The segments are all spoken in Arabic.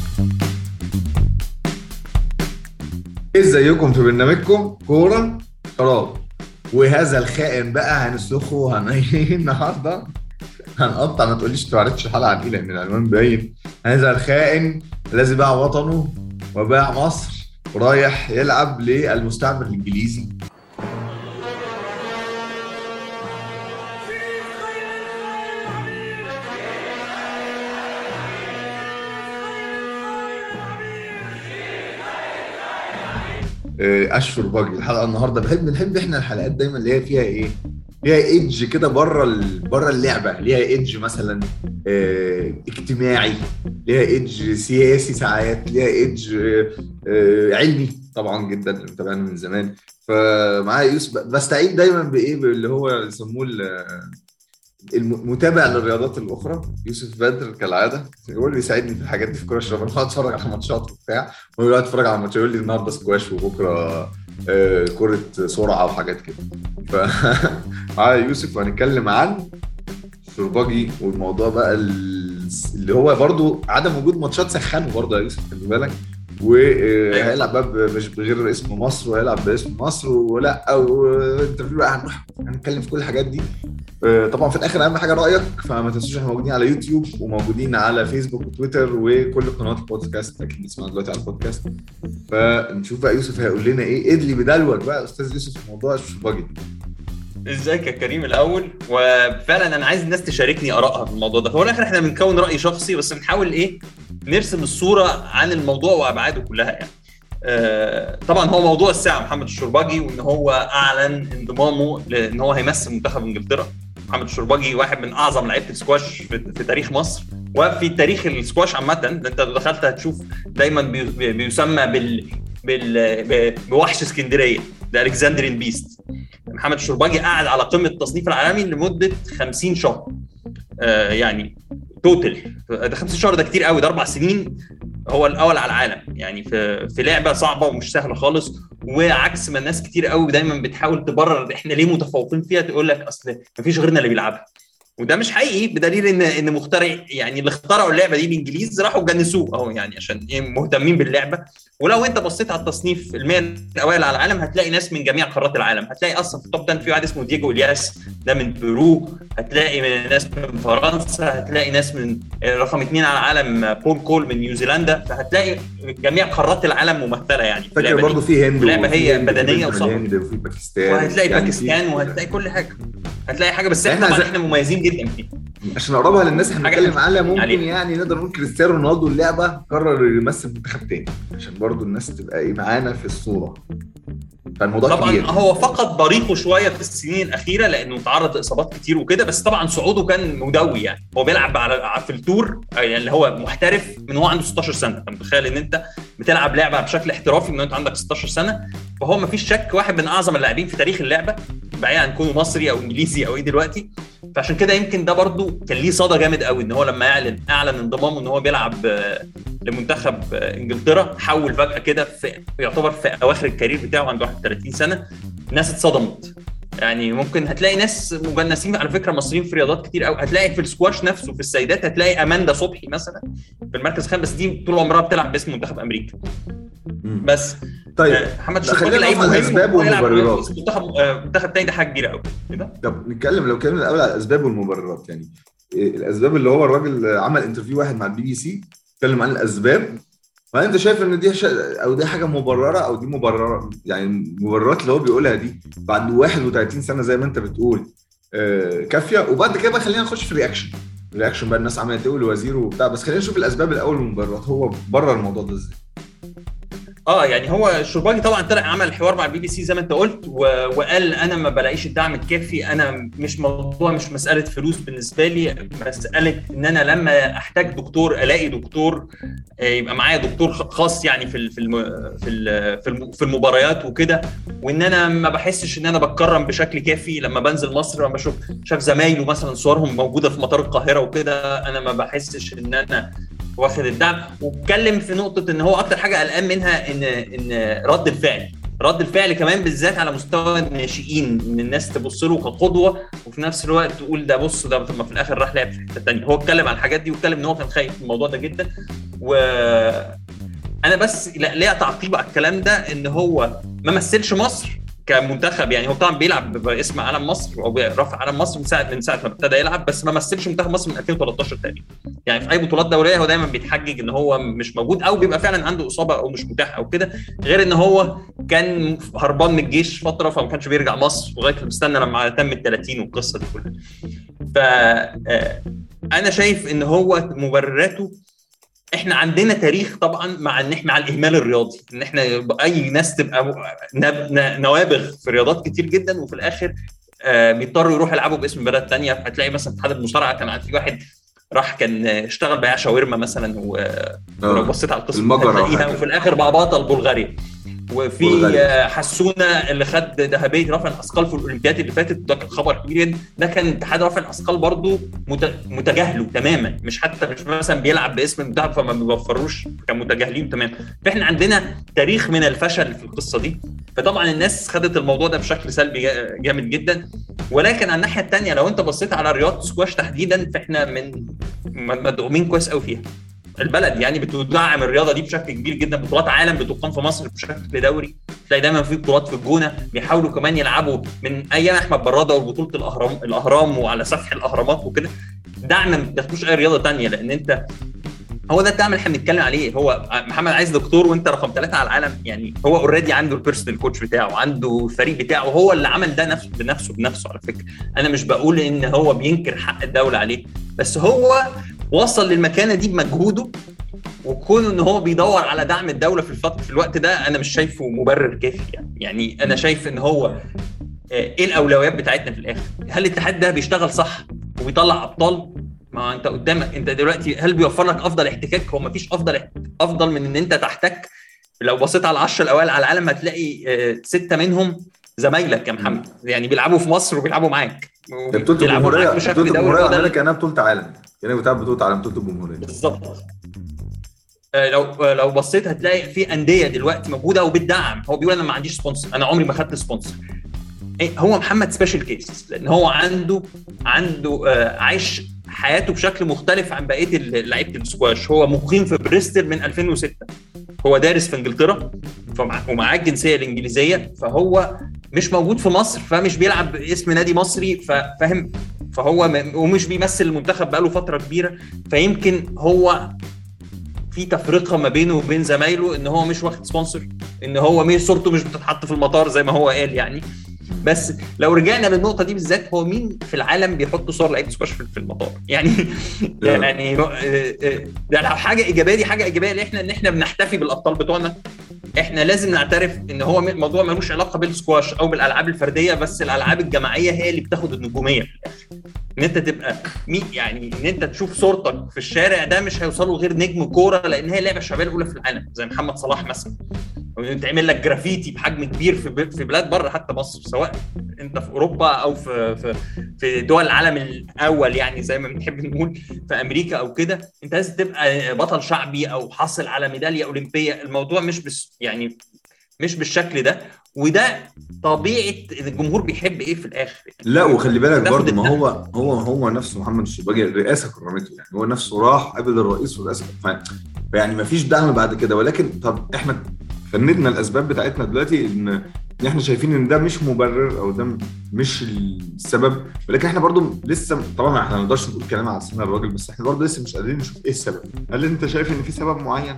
ازيكم في برنامجكم كورة خراب. وهذا الخائن بقى هنسلخه النهارده هنقطع. ما تقوليش انت ما عرفتش الحلقه عن ايه لان العنوان باين. هذا الخائن الذي باع وطنه وباع مصر ورايح يلعب للمستعمر الانجليزي. اشهر باجي الحلقه النهارده. بنحب احنا الحلقات دايما اللي هي فيها ايه، ليها ايدج كده بره اللعبه، ليها ايدج مثلا اجتماعي، ليها ايدج سياسي، ساعات ليها ايدج علمي طبعا جدا اللي متابعنا من زمان. فمعايا يوسف بستعين دايما بايه اللي هو يسموه المتابع للرياضات الاخرى. يوسف بدر كالعاده هو اللي بيساعدني في الحاجات دي في الكوره الشباب. انا اتفرج على ماتشات وبتاع، هو يقعد يتفرج على ماتشات يقول لي النهارده سكواش وبكره كره سرعه وحاجات كده. ف معايا يوسف وهنتكلم عن شرباجي والموضوع بقى اللي هو برضو عدم وجود ماتشات سخنه برضو يا يوسف خلي بالك. وهيلعب بقى مش بغير اسم مصر وهيلعب باسم مصر ولا انت بقى هنروح هنتكلم في كل الحاجات دي. طبعا في الاخر اهم حاجه رايك، فما تنسوش احنا موجودين على يوتيوب وموجودين على فيسبوك وتويتر وكل قنوات البودكاست. اكيد بتسمعوا دلوقتي على البودكاست. فنشوف بقى يوسف هيقول لنا ايه ادلي بدلوك بقى استاذ يوسف في موضوع الشرباجي. ازيك يا كريم الاول. وفعلا انا عايز الناس تشاركني ارائها في الموضوع ده. هو الاخر احنا بنكون راي شخصي بس بنحاول نرسم الصوره عن الموضوع وابعاده كلها يعني. طبعا هو موضوع الساعه محمد الشرباجي، وان هو اعلن انضمامه لان هو هيمثل منتخب انجلترا. محمد الشرباجي واحد من اعظم لعيبه السكواش في تاريخ مصر وفي تاريخ السكواش عامه. انت لو دخلت هتشوف دايما بيسمى بوحش اسكندريه، ده الكسندرين بيست. محمد الشرباجي قاعد على قمه التصنيف العالمي لمده 50 شهر يعني توتال. ده 50 شهر ده كتير قوي، ده 4 سنين هو الاول على العالم يعني في لعبه صعبه ومش سهله خالص. وعكس ما الناس كتير قوي دايما بتحاول تبرر احنا ليه متفوقين فيها، تقول لك اصل مفيش غيرنا اللي بيلعبها، وده مش حقيقي. بدليل ان مخترع يعني اللي اخترعوا اللعبه دي الانجليز راحوا جنسوه اهو يعني عشان مهتمين باللعبه. ولو انت بصيت على التصنيف ال100 الاوائل على العالم هتلاقي ناس من جميع قارات العالم. هتلاقي اصلا في التوب 10 في واحد اسمه دييجو الياس ده من بيرو، هتلاقي من ناس من فرنسا، هتلاقي ناس من رقم 2 على العالم بول كول من نيوزيلندا. فهتلاقي جميع قارات العالم ممثله يعني. فاكر برضه في هند، اللعبه هي بدنيه وصعبه، وفي باكستان، وهتلاقي يعني باكستان وهتلاقي كل حاجه، هتلاقي حاجه. بس احنا مميزين جدا فيه عشان اقربها للناس. احنا بنتكلم على ممكن يعني نقدر نقول كريستيانو رونالدو اللعبه قرر يمثل منتخب تاني عشان برضو الناس تبقى معانا في الصوره. فالموضوع طبعا كبير. هو فقد بريقه شويه في السنين الاخيره لانه تعرض لاصابات كتير وكده، بس طبعا صعوده كان مدوي يعني. هو بيلعب في التور يعني اللي هو محترف من هو عنده 16 سنه. انت متخيل ان انت بتلعب لعبه بشكل احترافي من انت عندك 16 سنه؟ فهو ما فيش شك واحد من اعظم اللاعبين في تاريخ اللعبه، بعيد عن كونه مصري او انجليزي او دلوقتي. فعشان كده يمكن ده برضو كان ليه صدى جامد قوي ان هو لما اعلن انضمامه ان هو بيلعب لمنتخب انجلترا. حول فجاه كده يعتبر في اواخر الكارير بتاعه عنده 31 سنه. الناس اتصدمت يعني. ممكن هتلاقي ناس مجنسين على فكره مصريين في رياضات كتير قوي. هتلاقي في السكواش نفسه في السيدات هتلاقي اماندا صبحي مثلا في المركز الخامس، بس دي طول عمرها بتلعب باسم منتخب امريكا. بس طيب محمد الشرباجي لعيب مهم، الاسباب والمبررات. منتخب تاني ده حاجه كبيره قوي كده. طب نتكلم لو كلمنا الاول على الاسباب والمبررات. يعني الاسباب اللي هو الراجل عمل انترفيو واحد مع البي بي سي اتكلم عن الاسباب، وهل انت شايف ان دي او دي حاجه مبرره او دي مبرره؟ يعني المبررات اللي هو بيقولها دي بعد 31 سنه زي ما انت بتقول كافيه؟ وبعد كده بقى خلينا نخش في الرياكشن بقى الناس عملت ايه والوزير وبتاع. بس خلينا نشوف الاسباب الاول والمبررات. هو برر الموضوع ده ازاي؟ يعني هو الشرباجي طبعا طلع عمل حوار مع البي بي سي زي ما انت قلت وقال انا ما بلاقيش الدعم الكافي. انا مش مساله فلوس بالنسبه لي، مساله ان انا لما احتاج دكتور الاقي دكتور، يبقى معايا دكتور خاص يعني في المباريات وكده. وان انا ما بحسش ان انا بتكرم بشكل كافي لما بنزل مصر. لما شاف زمايله مثلا صورهم موجوده في مطار القاهره وكده، انا ما بحسش ان انا واخد الدعم. واتكلم في نقطه ان هو اكتر حاجه قلقان منها ان رد الفعل. رد الفعل كمان بالذات على مستوى الناشئين، ان الناس تبص له كقدوه وفي نفس الوقت تقول ده بص ده ما في الاخر راح لعب في حته ثانيه. هو اتكلم عن الحاجات دي واتكلم ان هو كان خايف من الموضوع ده جدا. وانا بس ليا تعقيب على الكلام ده، ان هو ما مثلش مصر كمنتخب. يعني هو طبعا بيلعب باسم علم مصر او رفع علم مصر من ساعه ما ابتدى يلعب، بس ما مثلش منتخب مصر من 2013 تقريبا. يعني في اي بطولات دوليه هو دايما بيتحجج ان هو مش موجود، او بيبقى فعلا عنده اصابه او مش متاح او كده، غير ان هو كان هربان من الجيش فتره فما كانش بيرجع مصر لغايه مستنى لما تم ال 30 والقصه دي كلها. ف انا شايف ان هو مبرراته، احنا عندنا تاريخ طبعا مع ان احنا مع الاهمال الرياضي، ان احنا اي ناس تبقى نوابغ في رياضات كتير جدا وفي الاخر بيضطروا يروحوا يلعبوا باسم بلد تانية. هتلاقي مثلا اتحاد المصارعه كان في واحد راح كان اشتغل بياع شاورما مثلا ولو بصيت على القصه هتلاقيها، وفي الاخر بقى بطل بلغاريا. وفي حسونه اللي خد ذهبيه رفع الاثقال في الاولمبياد اللي فاتت، ده كان خبر كبير. ده كان اتحاد رفع الاثقال برضو متجاهله تماما، مش مثلا بيلعب باسم المنتخب فما بيوفروش، كان متجاهلين تماما. فاحنا عندنا تاريخ من الفشل في القصه دي، فطبعا الناس خدت الموضوع ده بشكل سلبي جامد جدا. ولكن على الناحيه الثانيه لو انت بصيت على رياضه سكواش تحديدا، فاحنا من مدعومين كويس قوي فيها. البلد يعني بتدعم الرياضه دي بشكل كبير جدا، بطولات عالم بتقام في مصر بشكل دوري، تلاقي دايما في بطولات في الجونه. بيحاولوا كمان يلعبوا من ايام احمد براده وبطوله الاهرام وعلى سفح الاهرامات وكده، دعم ما بتاخدوش اي رياضه ثانيه، لان انت هو ده الدعم اللي احنا بنتكلم عليه. هو محمد عايز دكتور وانت رقم 3 على العالم، يعني هو اوريدي عنده البيرسونال كوتش بتاعه، عنده الفريق بتاعه، هو اللي عمل ده بنفسه على فكره. انا مش بقول ان هو بينكر حق الدوله عليه، بس هو وصل للمكانه دي بمجهوده، وكون ان هو بيدور على دعم الدوله في الوقت ده انا مش شايفه مبرر كافي. يعني انا شايف ان هو ايه الاولويات بتاعتنا في الاخر؟ هل الاتحاد ده بيشتغل صح وبيطلع ابطال؟ ما انت قدامك انت دلوقتي هل بيوفر لك افضل احتكاك؟ هو ما فيش افضل من ان انت تحتك. لو بصيت على 10 الاوائل على العالم هتلاقي 6 منهم زمايلك يا محمد، يعني بيلعبوا في مصر وبيلعبوا معاك، بيلعبوا معاك بشكل دوري. ده كانها بطوله عالم، يعني بتاع بطوله عالم، بطوله الجمهوريه بالظبط. لو بصيت هتلاقي في انديه دلوقتي موجوده وبتدعم. هو بيقول انا ما عنديش سبونسر، انا عمري ما خدت سبونسر. هو محمد سبيشال كيس، لان هو عنده عايش حياته بشكل مختلف عن بقيه لعيبه السكواش. هو مقيم في بريستل من 2006، هو دارس في انجلترا ومعاه الجنسيه الانجليزيه، فهو مش موجود في مصر، فمش بيلعب باسم نادي مصري، فاهم؟ فهو ومش بيمثل المنتخب بقاله فتره كبيره، فيمكن هو في تفرقه ما بينه وبين زمايله، ان هو مش واخد سبونسر، ان هو صورته مش بتتحط في المطار زي ما هو قال يعني. بس لو رجعنا للنقطه دي بالذات، هو مين في العالم بيحط صور لعيبه سكواش في المطار؟ يعني يعني ده حاجه ايجابيه، دي حاجه ايجابيه ان احنا بنحتفي بالابطال بتوعنا. احنا لازم نعترف ان هو الموضوع ملوش علاقه بالسكواش او بالالعاب الفرديه، بس الالعاب الجماعيه هي اللي بتاخد النجوميه في الاخر. ان انت تبقى يعني ان انت تشوف صورتك في الشارع، ده مش هيوصله غير نجم كوره، لان هي اللعبه الشعبيه الاولى في العالم زي محمد صلاح مثلا. تعمل لك جرافيتي بحجم كبير في بلاد بره حتى مصر، سواء انت في اوروبا او في دول العالم الاول، يعني زي ما بنحب نقول في امريكا او كده. انت لازم تبقى بطل شعبي او حاصل على ميداليه اولمبيه. الموضوع مش بالشكل ده، وده طبيعه الجمهور بيحب ايه في الاخر. لا وخلي بالك برضه، ما هو نفسه محمد الشرباجي الرئاسه كرمته، يعني هو نفسه راح قابل الرئيس والرئاسه، يعني ما فيش دعم بعد كده. ولكن طب احنا فندنا الاسباب بتاعتنا دلوقتي ان احنا شايفين ان ده مش مبرر او ده مش السبب، ولكن احنا برضو لسه طبعا احنا ما نقدرش نقول كلام على سن الراجل، بس احنا برضو لسه مش قادرين نشوف ايه السبب. هل انت شايف ان في سبب معين؟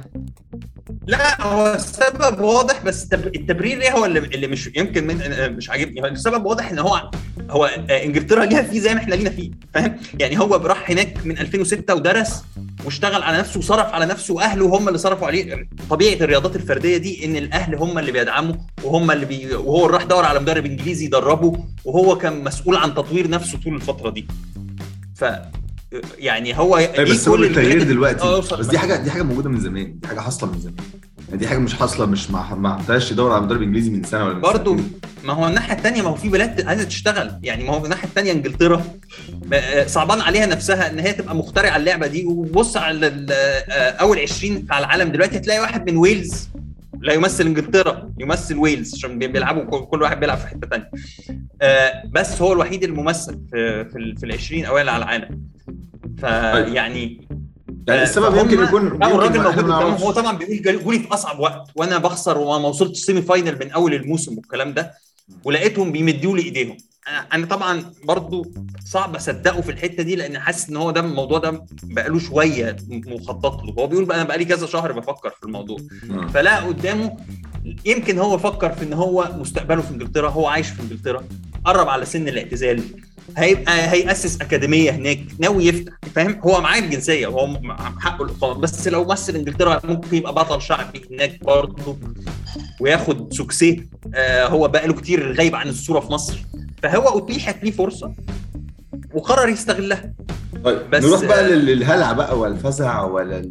لا هو السبب واضح، بس التبرير ايه هو اللي مش يمكن مش عاجبني. السبب واضح ان هو انجلترا ليها فيه زي ما احنا لينا فيه، فاهم؟ يعني هو راح هناك من 2006 ودرس واشتغل على نفسه وصرف على نفسه، واهله هم اللي صرفوا عليه. طبيعه الرياضات الفرديه دي ان الاهل هم اللي بيدعموا وهم اللي وهو راح دور على مدرب انجليزي يدربه، وهو كان مسؤول عن تطوير نفسه طول الفتره دي. ف يعني هو بس كل التغيير دلوقتي، بس دي حاجه موجوده من زمان، دي حاجه حاصله من زمان، دي حاجه مش حاصله، مش ما عملتهاش يدور على مدرب انجليزي من سنه ولا برضه. ما هو الناحيه الثانيه، ما هو في بلاد عايزه تشتغل، يعني ما هو الناحيه الثانيه انجلترا صعبان عليها نفسها ان هي تبقى مخترعه اللعبه دي. وبص على اول 20 على العالم دلوقتي، هتلاقي واحد من ويلز لا يمثل انجلترا، يمثل ويلز عشان بيلعبوا كل واحد بيلعب في حته ثانيه. بس هو الوحيد الممثل في ال20 اوائل على العالم. فيعني السبب يمكن يكون الراجل موجود قدامهم. هو طبعا بيقول جولي في اصعب وقت وانا بخسر وما وصلتش سيمي فاينل من اول الموسم والكلام ده، ولقيتهم بيمدوا لي ايديهم. انا طبعا برضو صعب اصدقه في الحته دي، لان حاسس ان هو ده الموضوع ده بقاله شويه مخطط له. هو بيقول بقى انا بقالي كذا شهر بفكر في الموضوع. فلا قدامه يمكن هو فكر في ان هو مستقبله في انجلترا، هو عايش في انجلترا، قرب على سن الاعتزال، هيأسس أكاديمية هناك، ناوي يفتح، فاهم؟ هو معاه الجنسية وهو حقه الإقامة، بس لو مثل انجلترا ممكن يبقى بطل شعبي هناك برضه وياخد سوكسيه. هو بقاله كتير غايب عن الصورة في مصر، فهو أتيحت ليه فرصة وقرر يستغلها. طيب بس نروح بقى للهلع بقى والفزع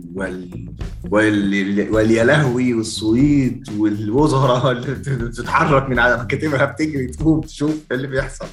واليا لهوي والصويت والوزراء اللي بتتحرك من على مكاتبها بتجري تقوم تشوف اللي بيحصل،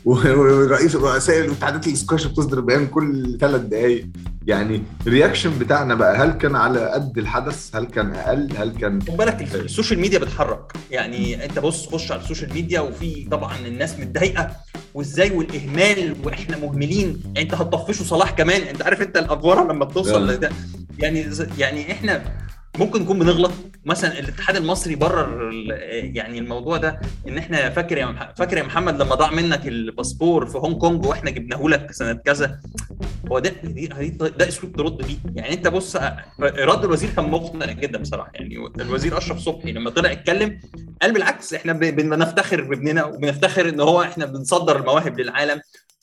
ورئيس الاتحادات الاسكواش بتصدر بيان كل 3 دقايق. يعني الرياكشن بتاعنا بقى هل كان على قد الحدث؟ هل كان اقل؟ هل كان خد بالك السوشيال ميديا بتحرك؟ يعني انت بص خش على السوشيال ميديا وفي طبعا الناس متضايقه وازاي والاهمال واحنا مهملين. انت هتطفشوا صلاح كمان، انت عارف انت الافوره لما بتوصل لده. يعني احنا ممكن نكون بنغلط. مثلا الاتحاد المصري برر يعني الموضوع ده ان احنا فاكر يا محمد لما ضاع منك الباسبور في هونج كونج واحنا جبناه لك سنه كذا. هو ده اسلوب ترد بيه. يعني انت بص رد الوزير كان مقنع جدا بصراحه. يعني الوزير اشرف صبحي لما طلع اتكلم قال بالعكس احنا بنفتخر بابننا وبنفتخر ان هو احنا بنصدر المواهب للعالم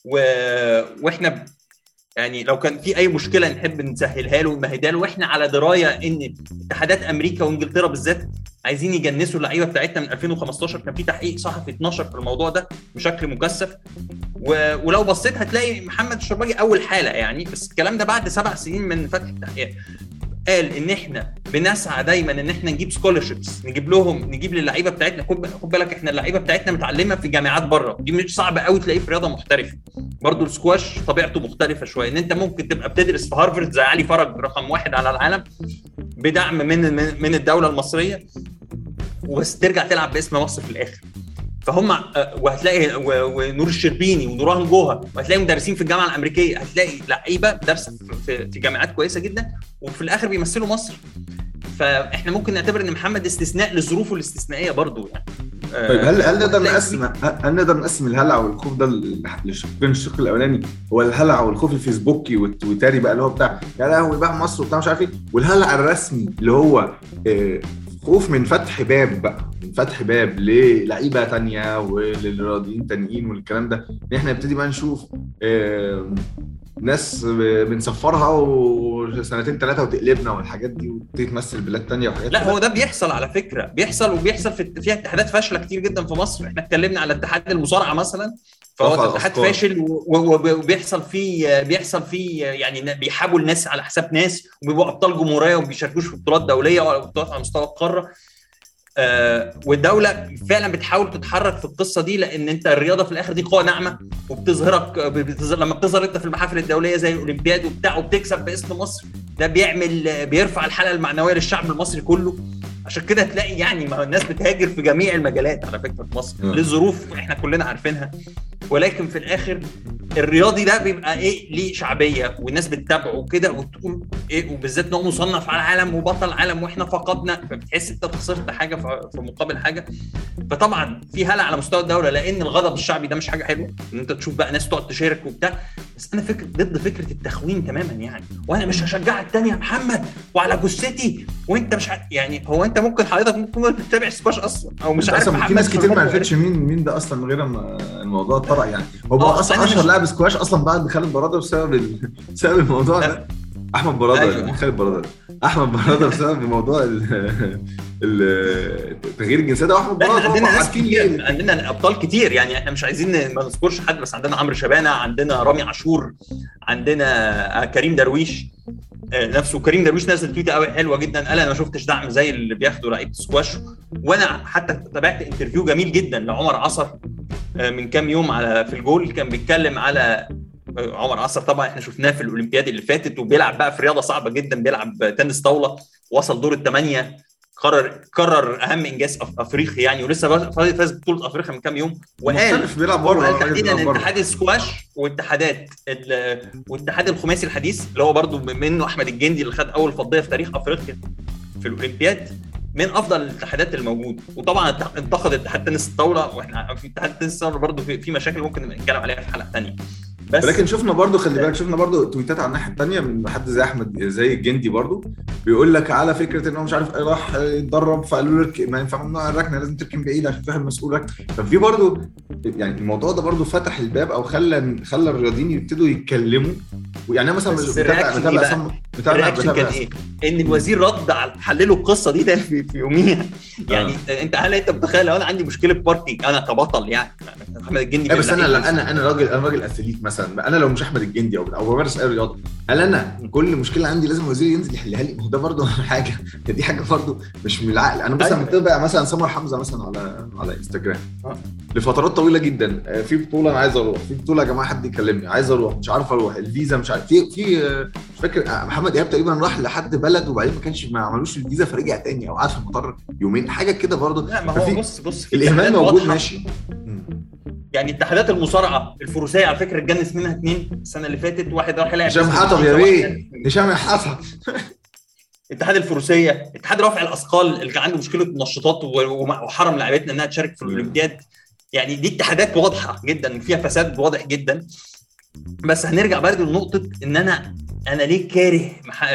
واحنا يعني لو كان في اي مشكله نحب نسهلها له ونمهدها له. واحنا على درايه ان اتحادات امريكا وانجلترا بالذات عايزين يجنسوا اللعيبه بتاعتنا من 2015. كان في تحقيق صحفي 12 في الموضوع ده بشكل مكثف. ولو بصيت هتلاقي محمد الشرباجي اول حاله يعني، بس الكلام ده بعد 7 سنين من فتح التحقيق. قال ان احنا بنسعى دايما ان احنا نجيب سكولرشيبس، نجيب للعيبه بتاعتنا. خد بالك احنا اللعيبه بتاعتنا متعلمه في جامعات بره، دي مش صعبه قوي تلاقيه في رياضه محترفه. برضو السكواش طبيعته مختلفه شويه، ان انت ممكن تبقى بتدرس في هارفارد زي علي فرج رقم 1 على العالم بدعم من الدوله المصريه، وبس ترجع تلعب باسم مصر في الاخر. فهم وهتلاقي ونور الشربيني ونوران جوها وهتلاقي مدرسين في الجامعه الامريكيه، هتلاقي لعيبه درس في جامعات كويسه جدا وفي الاخر بيمثلوا مصر. فاحنا ممكن نعتبر ان محمد استثناء لظروفه الاستثنائيه برضو يعني. طيب هل نقدر نقسم الهلع والخوف ده لشقين؟ الشق الاولاني هو الهلع والخوف الفيسبوكي والتويتري بقى اللي هو بتاع يا لهوي بقى مصر وبتاع مش عارف ايه، والهلع الرسمي اللي هو خوف من فتح باب للعيبه تانية وللرياضيين تانيين والكلام ده، ان احنا نبتدي بقى نشوف ناس بنسفرها وسنتين 3 وتقلبنا والحاجات دي وتبتدي تمثل بلاد تانية وحاجات. لا هو ده بيحصل على فكره، بيحصل في اتحادات فاشله كتير جدا في مصر. احنا اتكلمنا على اتحاد المصارعه مثلا، فهو اتحاد فاشل وبيحصل فيه يعني بيحابوا الناس على حساب ناس وبيبقوا ابطال جمهوريه وبيشاركوش في بطولات دوليه ولا بطولات على مستوى القاره. والدوله فعلا بتحاول تتحرك في القصه دي، لان انت الرياضه في الاخر دي قوه ناعمه وبتظهرك لما بتظهر انت في المحافل الدوليه زي الاولمبياد وبتاع وبتكسب باسم مصر. ده بيرفع الحاله المعنويه للشعب المصري كله. عشان كده تلاقي يعني ما الناس بتهاجر في جميع المجالات على فكره في مصر للظروف احنا كلنا عارفينها. ولكن في الاخر الرياضي ده بيبقى ليه شعبيه والناس بتتابعه وكده وتقول وبالذات انه مصنف على العالم وبطل عالم واحنا فقدنا، فبتحس انت خسرت حاجه في مقابل حاجه. فطبعا في هلع على مستوى الدوله، لان الغضب الشعبي ده مش حاجه حلوه ان انت تشوف بقى ناس تقعد تشارك وبتاع. بس انا ضد فكره التخوين تماما يعني. وانا مش هشجعك تاني يا محمد وعلى جثتي وانت مش يعني هو انت ممكن حضرتك ممكن تتابع سباش اصلا او مش عارف. في ناس كتير ما عرفتش مين ده اصلا من غير ما الموضوع طرق يعني. هو اصلا اشهر لاعب سكواش اصلا بعد خالد برادة بسبب الموضوع ده. احمد برادة خالد برادة احمد برادة بسبب موضوع تغيير الجنسيه ده. واحمد برادة عندنا ناس كتير، عندنا ابطال كتير يعني. احنا مش عايزين ما نذكرش حد، بس عندنا عمرو شبانه، عندنا رامي عاشور، عندنا كريم درويش نفسه. كريم درويش نزل تويته قوي حلوه جدا، قال انا ما شفتش دعم زي اللي بياخده لعيبه سكواش. وانا حتى تابعت انترفيو جميل جدا لعمر عصر من كام يوم في الجول، كان بيتكلم على عمر عصر. طبعا احنا شفناه في الاولمبياد اللي فاتت وبيلعب بقى في رياضه صعبه جدا، بيلعب تنس طاوله، وصل دور ال8 قرر اهم انجاز افريقي يعني، ولسه فاز بطوله افريقيا من كام يوم، وقال تحديدا ان اتحاد السكواش والاتحاد الخماسي الحديث اللي هو برضو منه احمد الجندي اللي خد اول فضيه في تاريخ افريقيا في الاولمبياد من افضل الاتحادات الموجوده. وطبعا انتقد اتحاد تنس الطاوله، واحنا في اتحاد تنس الطاوله برضو في مشاكل ممكن نتكلم عليها في حلقه ثانيه. بس لكن شفنا برضو، خلي بالك، شفنا برضو تويتات على الناحيه الثانيه من حد زي احمد زي الجندي برضو بيقول لك على فكره ان هو مش عارف راح يتدرب فقالوا لك ما ينفع ممنوع الركنه، لازم تركن بعيد عشان في واحد مسؤول ركن. ففي برضو يعني الموضوع ده برضو فتح الباب او خلى الرياضيين يبتدوا يتكلموا. يعني مثلا بتابع كان ايه ان الوزير رد على حللوا القصه دي ده في يوميها يعني. انت هل انت متخيل لو انا عندي مشكله باركينج انا كبطل يعني احمد الجندي بس انا راجل اثليت مثلا، انا لو مش احمد الجندي او بمارس اي رياضه، هل انا كل مشكله عندي لازم الوزير ينزل يحلها لي؟ ده برضه حاجه، دي حاجه برضه مش من العقل. انا مثلا متابع مثلا سمر حمزه مثلا على انستجرام لفترات طويله جدا. في بطوله انا عايز اروح، في بطوله يا جماعه حد يكلمني عايز اروح، مش عارف اروح، الفيزا مش عارف، في مش فاكر محمد ايهاب تقريبا راح لحد بلد وبعدين ما عملوش الفيزا فرجع تاني او قعد في المطار يومين حاجه كده برضه. لا ما هو بص الاهمال موجود ماشي يعني. اتحادات المصارعه الفروسيه على فكره اتجنس منها 2 السنه اللي فاتت، واحد راح يلعب هشام حطب يا بيه، هشام حطب. اتحاد الفروسيه، اتحاد رفع الاثقال اللي كان عنده مشكله منشطات وحرم لاعبتنا انها تشارك في الاولمبياد. يعني دي اتحادات واضحه جدا فيها فساد واضح جدا. بس هنرجع برضه لنقطه ان انا ليه كاره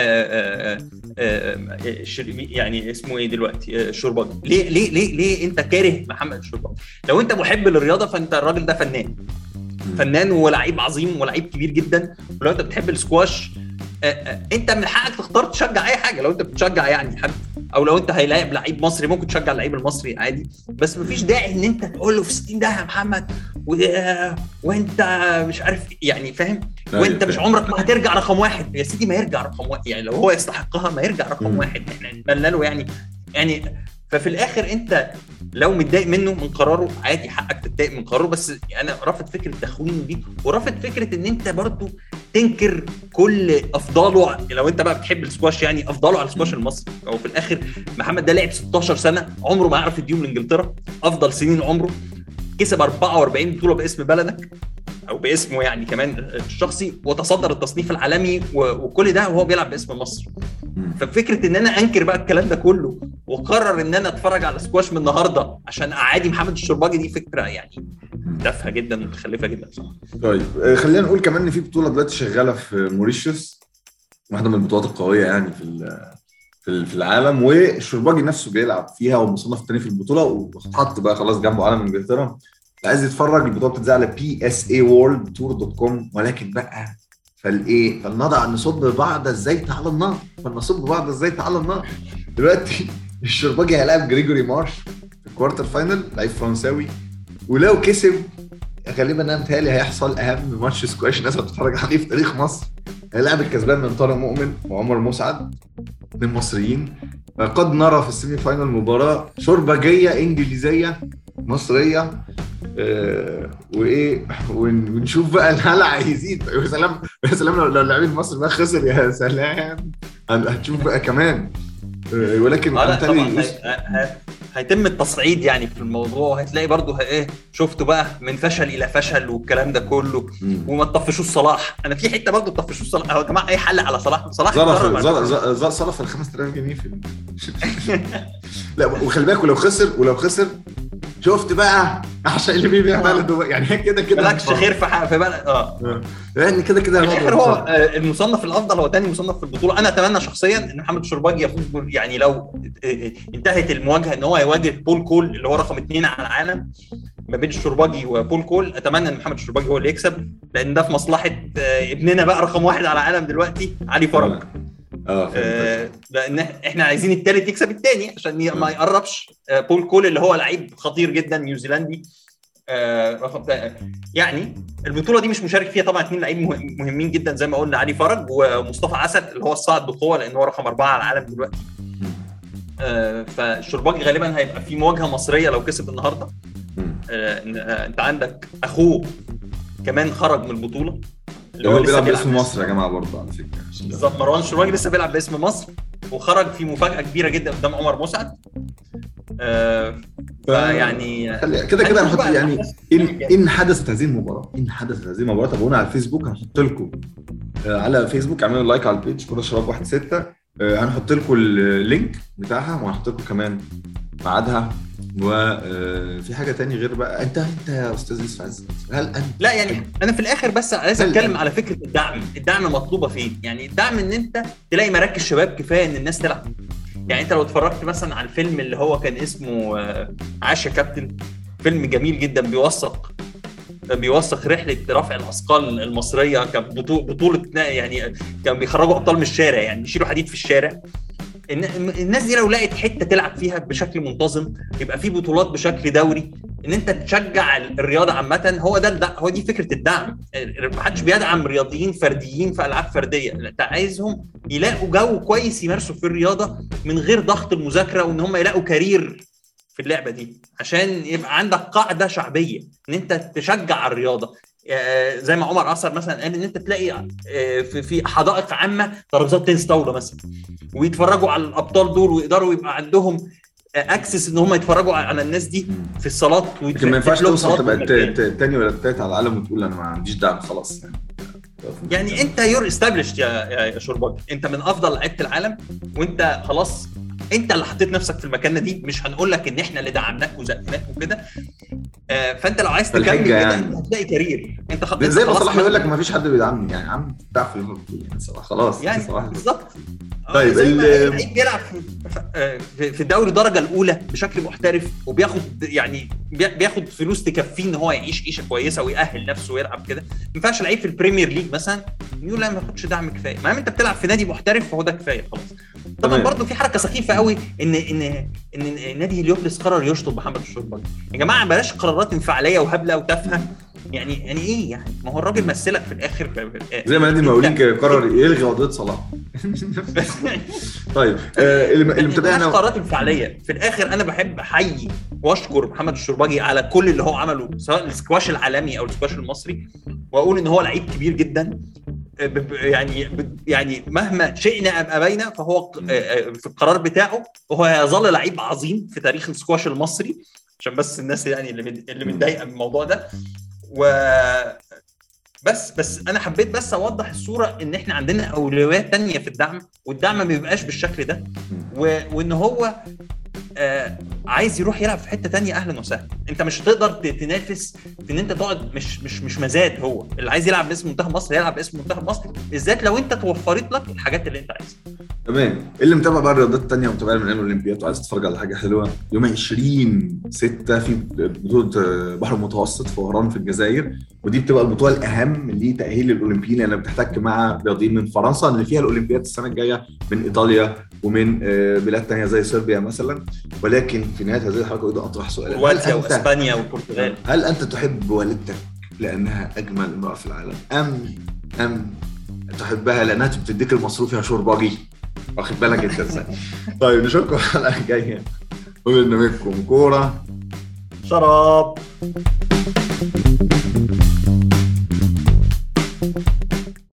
يعني اسمه ايه دلوقتي الشرباجي. ليه انت كاره محمد الشرباجي؟ لو انت محب للرياضه فانت الراجل ده فنان ولاعيب عظيم ولاعيب كبير جدا. ولو انت بتحب السكواش انت من حقك تختار تشجع اي حاجه لو انت بتشجع يعني حد، او لو انت هيلاعب لعيب مصري ممكن تشجع اللعيب المصري عادي. بس مفيش داعي ان انت تقول له في 60 ده يا محمد وانت مش عارف يعني فاهم، وانت مش عمرك ما هترجع رقم 1 يا سيدي. ما يرجع رقم 1 يعني، لو هو يستحقها ما يرجع رقم 1. احنا نتمنى له يعني ففي الاخر انت لو متضايق منه من قراره عادي، حقك تتضايق من قراره. بس انا رافض فكره تخوين دي، ورافض فكره ان انت برضو تنكر كل افضاله. لو انت بقى بتحب السكواش يعني افضله على السكواش المصري. او في الاخر محمد ده لعب 16 سنه عمره ما يعرف يديهم لانجلترا، افضل سنين عمره، كسب 44 بطوله باسم بلدك او باسمه يعني كمان الشخصي، وتصدر التصنيف العالمي وكل ده وهو بيلعب باسم مصر. ففكره ان انا انكر بقى الكلام ده كله وقرر ان انا اتفرج على سكواش من النهارده عشان اعادي محمد الشرباجي، دي فكره يعني تافهه جدا متخلفه جدا بصراحه. طيب خلينا نقول كمان ان في بطوله دلوقتي شغاله في موريشيوس، واحده من البطولات القويه يعني في العالم، والشرباجي نفسه بيلعب فيها ومصنف الثاني في البطوله، وحط بقى خلاص جنبه علم انجلترا. عايز يتفرج البطوله بتتذاع على psaworldtour.com. ولكن بقى فلنضع نصب بعض الزيت على النار، فلنصب بعض الزيت على النار. دلوقتي الشرباجي هيلاعب جريجوري مارش في الكوارتر فاينل، لعيب فرنساوي، ولو كسب غالبا انا متهيألي هيحصل اهم ماتش سكواش الناس هتتفرج عليه في تاريخ مصر. هيلاعب الكسبان من طارق مؤمن وعمر مسعد، 2 مصريين. قد نرى في السيمي فاينل مباراه شرباجيه انجليزيه مصريه. وايه ونشوف بقى الهلع هيزيد. يا سلام يا سلام لو اللاعبين المصري بقى خسر، يا سلام هتشوف بقى كمان. ولكن هيتم التصعيد يعني في الموضوع. هتلاقي برضو ايه شفتوا بقى من فشل الى فشل والكلام ده كله. وما تطفشوش صلاح. انا في حته برضو تطفشوش صلاح يا جماعه. اي حل على صلاح صرف ال 5000 جنيه في لا وخلي بالك ولو خسر شفت بقى عشان اللي بيبيع بلده يعني كده مالكش خير في بلد يعني كده الاخر هو المصنف الافضل، هو تاني مصنف في البطوله. انا اتمنى شخصيا ان محمد الشرباجي يفوز يعني لو انتهت المواجهه ان هو يواجه بول كول اللي هو رقم 2 على العالم ما بين الشرباجي وبول كول. اتمنى ان محمد الشرباجي هو اللي يكسب، لان ده في مصلحه ابننا بقى رقم 1 على العالم دلوقتي علي فرج. لان احنا عايزين الثالث يكسب الثاني عشان ما يقربش بول كول اللي هو لعيب خطير جدا نيوزيلندي. يعني البطوله دي مش مشارك فيها طبعا 2 لعيب مهمين جدا زي ما قلنا، علي فرج ومصطفى عسل اللي هو الصاعد بقوه لان هو رقم 4 على العالم دلوقتي. فالشرباجي غالبا هيبقى في مواجهه مصريه لو كسب النهارده. انت عندك اخوه كمان خرج من البطوله اللي هو بيلعب باسم مصر يا جماعه برضه على فكره. بالظبط، مروان الشرباجي لسه بيلعب باسم مصر. وخرج في مفاجاه كبيره جدا قدام عمر مسعد. فيعني كده هنحط يعني ان حدثت هذه المباراه تابعونا على الفيسبوك. هنحط لكم على فيسبوك، اعملوا لايك على البيج كره شباب 16، هنحط لكم اللينك بتاعها، وهنحط لكم كمان ميعادها. وفي حاجه تاني غير بقى انت يا استاذ يوسف عز، هل انت لا يعني انا في الاخر بس عايز اتكلم على فكره الدعم مطلوبه فين. يعني الدعم ان انت تلاقي مراكز شباب كفايه ان الناس تلعب. يعني انت لو اتفرجت مثلا على الفيلم اللي هو كان اسمه عاش يا كابتن، فيلم جميل جدا بيوثق رحله رفع الاثقال المصريه كبطوله، يعني كان بيخرجوا ابطال من الشارع، يعني بيشيلوا حديد في الشارع. الناس دي لو لقت حته تلعب فيها بشكل منتظم، يبقى في بطولات بشكل دوري، ان انت تشجع الرياضه عامه. هو دي فكره الدعم. محدش بيدعم رياضيين فرديين في العاب فرديه، انت عايزهم يلاقوا جو كويس يمارسوا في الرياضه من غير ضغط المذاكره، وان هم يلاقوا كارير في اللعبه دي، عشان يبقى عندك قاعده شعبيه ان انت تشجع الرياضه. زي ما عمر عصر مثلا قال ان انت تلاقي في حدائق عامه ترابيزات تنس طاوله مثلا، ويتفرجوا على الابطال دول، ويقدروا يبقى عندهم اكسس ان هم يتفرجوا على الناس دي في الصالات. لكن ما ينفعش توصل تبقى الثاني ولا الثالث على العالم وتقول انا ما عنديش دعم خلاص. يعني انت يور استابليشد يا شرباجي، انت من افضل لعيبه العالم، وانت خلاص انت اللي حطيت نفسك في المكانه دي. مش هنقول لك ان احنا اللي دعمناك وزقناك وكده. فانت لو عايز تكمل كده يعني هتلاقي كارير. انت زي ما صلاح يقول لك ما فيش حد بيدعمني، يعني عم بتاع في ليفربول يعني خلاص يعني بالظبط. طيب اللعيب بيلعب في الدوري الدرجه الاولى بشكل محترف، وبياخد يعني بياخد فلوس تكفيه ان هو يعيش عيشه كويسه ويأهل نفسه ويلعب كده. ما ينفعش لعيب في البريمير ليج مثلا يقول لا ما ياخدش دعم كفايه، ما انت بتلعب في نادي محترف فهو ده كفايه خلاص. طبعا برضو في حركه سخيفه قوي ان نادي هليوبلس قرر يشطب محمد الشرباجي. يا جماعه بلاش قرارات انفعاليه وهبله وتافهه. يعني ايه يعني؟ ما هو الراجل مثلك في الاخر زي ما نادي المقاولين قرر يلغي قضيه صلاح. طيب اللي متابعنا قرارات انفعاليه في الاخر. انا بحب احيي واشكر محمد الشرباجي على كل اللي هو عمله، سواء السكواش العالمي او السكواش المصري، واقول ان هو لعيب كبير جدا. يعني مهما شئنا ام ابينا فهو في القرار بتاعه وهو يظل لعيب عظيم في تاريخ السكواش المصري، عشان بس الناس يعني اللي متضايقه من الموضوع ده. بس انا حبيت بس اوضح الصوره ان احنا عندنا اولويات تانية في الدعم، والدعم ما بيبقاش بالشكل ده، وان هو عايز يروح يلعب في حته تانية. اهلا وسهلا. انت مش هتقدر تنافس في ان انت تقعد، مش مزاج. هو اللي عايز يلعب باسم منتخب مصر يلعب باسم منتخب مصر، بالذات لو انت توفرت لك الحاجات اللي انت عايزها. تمام. اللي متابع بقى الرياضات التانية ومتابع من الاولمبياد وعايز تتفرج على حاجه حلوه، يوم 20/6 في بطوله بحر المتوسط في وهران في الجزائر، ودي بتبقى البطوله الاهم لتاهيل الاولمبيين، لانها بتحتك مع رياضيين من فرنسا اللي فيها الاولمبياد السنه الجايه، من ايطاليا ومن بلاد تانية زي صربيا مثلا. ولكن في نهايه هذه الحلقه اريد اطرح سؤال: كرواتيا واسبانيا والبرتغال، هل انت تحب والدتك لانها اجمل امراه في العالم، ام تحبها لانها بتديك المصروف يا شرباجي؟ واخد بالك انت ازاي؟ طيب نشوفكم الحلقه الجايه وبرنامجكم كوره شراب.